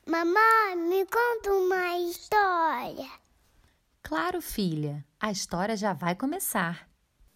Mamãe, me conta uma história. Claro, filha, a história já vai começar.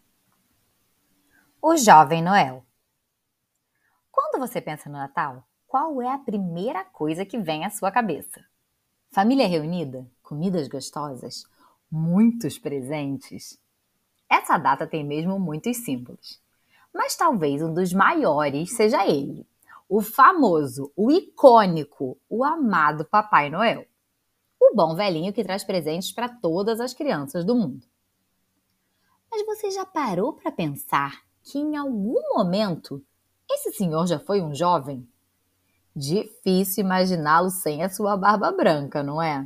O Jovem Noel. Quando você pensa no Natal, qual é a primeira coisa que vem à sua cabeça? Família reunida? Comidas gostosas? Muitos presentes? Essa data tem mesmo muitos símbolos. Mas talvez um dos maiores seja ele, o famoso, o icônico, o amado Papai Noel. O bom velhinho que traz presentes para todas as crianças do mundo. Mas você já parou para pensar que em algum momento esse senhor já foi um jovem? Difícil imaginá-lo sem a sua barba branca, não é?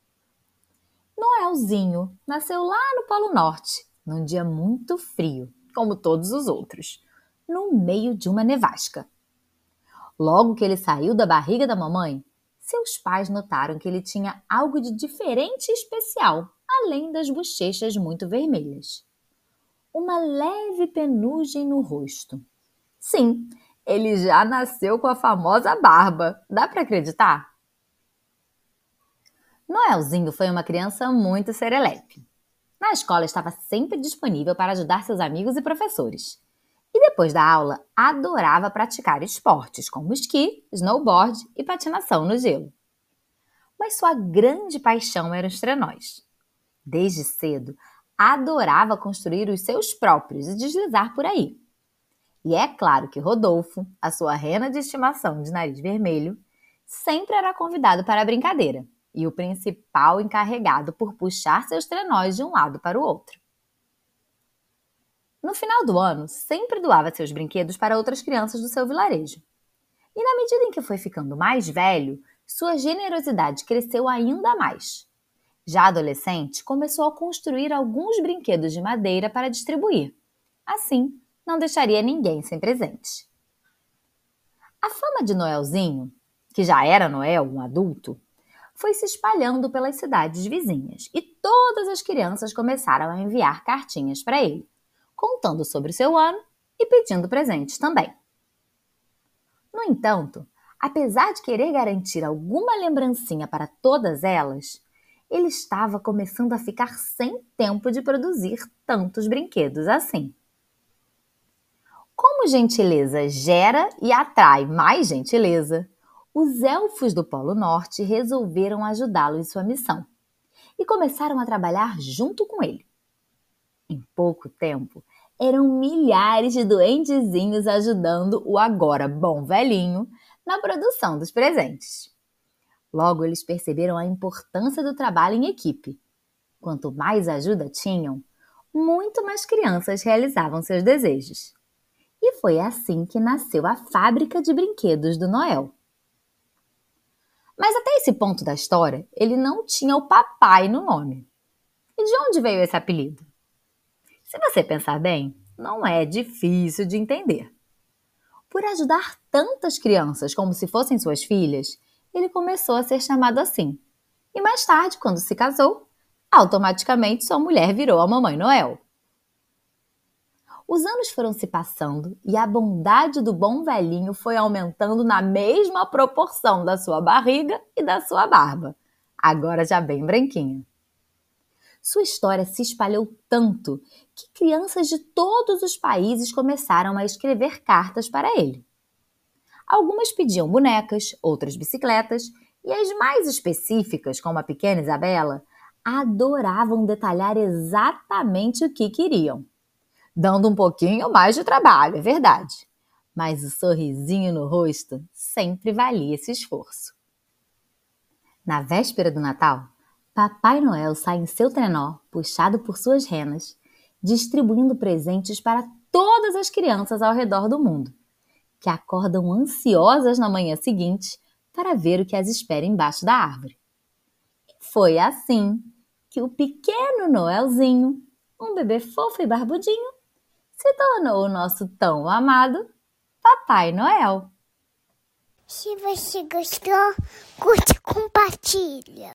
Noelzinho nasceu lá no Polo Norte, num dia muito frio, como todos os outros, no meio de uma nevasca. Logo que ele saiu da barriga da mamãe, seus pais notaram que ele tinha algo de diferente e especial, além das bochechas muito vermelhas. Uma leve penugem no rosto. Sim, ele já nasceu com a famosa barba. Dá para acreditar? Noelzinho foi uma criança muito serelepe. Na escola estava sempre disponível para ajudar seus amigos e professores. E depois da aula, adorava praticar esportes como esqui, snowboard e patinação no gelo. Mas sua grande paixão eram os trenós. Desde cedo, adorava construir os seus próprios e deslizar por aí. E é claro que Rodolfo, a sua rena de estimação de nariz vermelho, sempre era convidado para a brincadeira e o principal encarregado por puxar seus trenós de um lado para o outro. No final do ano, sempre doava seus brinquedos para outras crianças do seu vilarejo. E na medida em que foi ficando mais velho, sua generosidade cresceu ainda mais. Já adolescente, começou a construir alguns brinquedos de madeira para distribuir. Assim, não deixaria ninguém sem presente. A fama de Noelzinho, que já era Noel, um adulto, foi se espalhando pelas cidades vizinhas e todas as crianças começaram a enviar cartinhas para ele, contando sobre o seu ano e pedindo presentes também. No entanto, apesar de querer garantir alguma lembrancinha para todas elas, ele estava começando a ficar sem tempo de produzir tantos brinquedos assim. Como gentileza gera e atrai mais gentileza, os elfos do Polo Norte resolveram ajudá-lo em sua missão e começaram a trabalhar junto com ele. Em pouco tempo, eram milhares de duendezinhos ajudando o agora bom velhinho na produção dos presentes. Logo, eles perceberam a importância do trabalho em equipe. Quanto mais ajuda tinham, muito mais crianças realizavam seus desejos. E foi assim que nasceu a fábrica de brinquedos do Noel. Mas até esse ponto da história, ele não tinha o papai no nome. E de onde veio esse apelido? Se você pensar bem, não é difícil de entender. Por ajudar tantas crianças como se fossem suas filhas, ele começou a ser chamado assim. E mais tarde, quando se casou, automaticamente sua mulher virou a Mamãe Noel. Os anos foram se passando e a bondade do bom velhinho foi aumentando na mesma proporção da sua barriga e da sua barba, agora já bem branquinha. Sua história se espalhou tanto que crianças de todos os países começaram a escrever cartas para ele. Algumas pediam bonecas, outras bicicletas, e as mais específicas, como a pequena Isabela, adoravam detalhar exatamente o que queriam. Dando um pouquinho mais de trabalho, é verdade. Mas o sorrisinho no rosto sempre valia esse esforço. Na véspera do Natal, Papai Noel sai em seu trenó, puxado por suas renas, distribuindo presentes para todas as crianças ao redor do mundo, que acordam ansiosas na manhã seguinte para ver o que as espera embaixo da árvore. E foi assim que o pequeno Noelzinho, um bebê fofo e barbudinho, se tornou o nosso tão amado Papai Noel. Se você gostou, curte e compartilha.